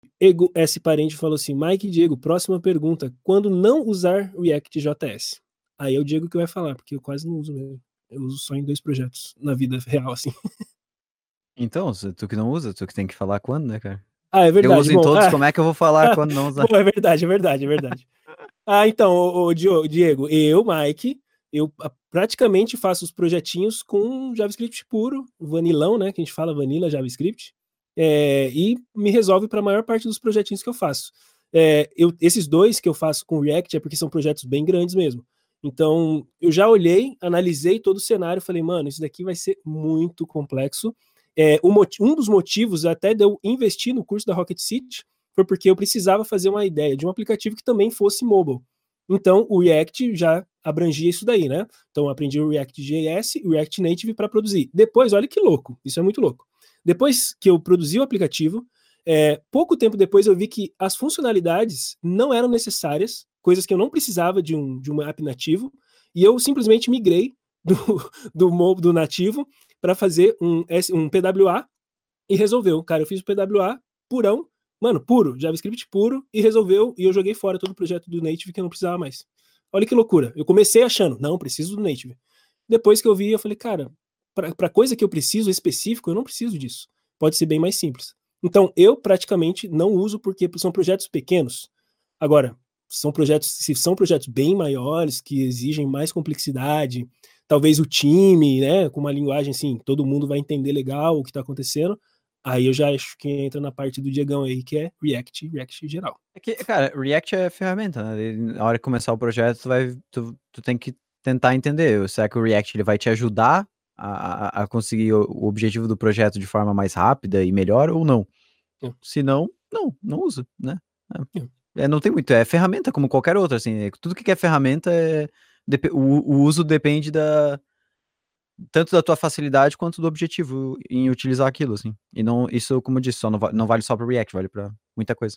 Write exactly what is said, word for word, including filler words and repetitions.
Ego S Parente falou assim: "Mike e Diego, próxima pergunta, quando não usar React.js?" Aí é o Diego que vai falar, porque eu quase não uso mesmo. Eu uso só em dois projetos, na vida real, assim. Então, se tu que não usa, tu que tem que falar quando, né, cara? Ah, é Eu verdade. uso em Bom, todos, ah, como é que eu vou falar quando não usar? bom, é verdade, é verdade, é verdade. Ah, então, ô, ô, Dio Diego, eu, Mike, eu a praticamente faço os projetinhos com JavaScript puro, vanilão, né, que a gente fala vanilla JavaScript, eh, e me resolve pra maior parte dos projetinhos que eu faço. Eh, eu esses dois que eu faço com React é porque são projetos bem grandes mesmo. Então, eu já olhei, analisei todo o cenário, falei: "Mano, isso daqui vai ser muito complexo". Eh, o moti um dos motivos até de eu investir no curso da Rocket City, foi porque eu precisava fazer uma ideia de um aplicativo que também fosse mobile. Então, o React já abrangia isso daí, né. Então eu aprendi o React.js e o React Native pra produzir. Depois, olha que louco, isso é muito louco. Depois que eu produzi o aplicativo, eh, pouco tempo depois eu vi que as funcionalidades não eram necessárias, coisas que eu não precisava de um de um app nativo, e eu simplesmente migrei do do mo do nativo pra fazer um S um PWA e resolveu. Cara, eu fiz o PWA purão, mano, puro, JavaScript puro, e resolveu, e eu joguei fora todo o projeto do Native que eu não precisava mais. Olha que loucura, eu comecei achando: "Não, preciso do Native". Depois que eu vi, eu falei: "Cara, pra pra coisa que eu preciso específico, eu não preciso disso, pode ser bem mais simples". Então, eu praticamente não uso, porque são projetos pequenos. Agora, são projetos se são projetos bem maiores, que exigem mais complexidade, talvez o time, né, com uma linguagem, assim, todo mundo vai entender legal o que tá acontecendo, aí eu já acho que entra na parte do Diegão aí, que é React, React geral. É que, cara, React é ferramenta, né, e na hora que começar o projeto tu vai tu tu tem que tentar entender, será que o React ele vai te ajudar a a a conseguir o o objetivo do projeto de forma mais rápida e melhor ou não? Hum. Se não, não, não usa, né. Hum. É, não tem muito é ferramenta como qualquer outra, assim, tudo que que é ferramenta, eh, depe o o uso depende da tanto da tua facilidade quanto do objetivo em utilizar aquilo, assim. E não isso, como eu disse, só não va não vale só para o React, vale pra muita coisa.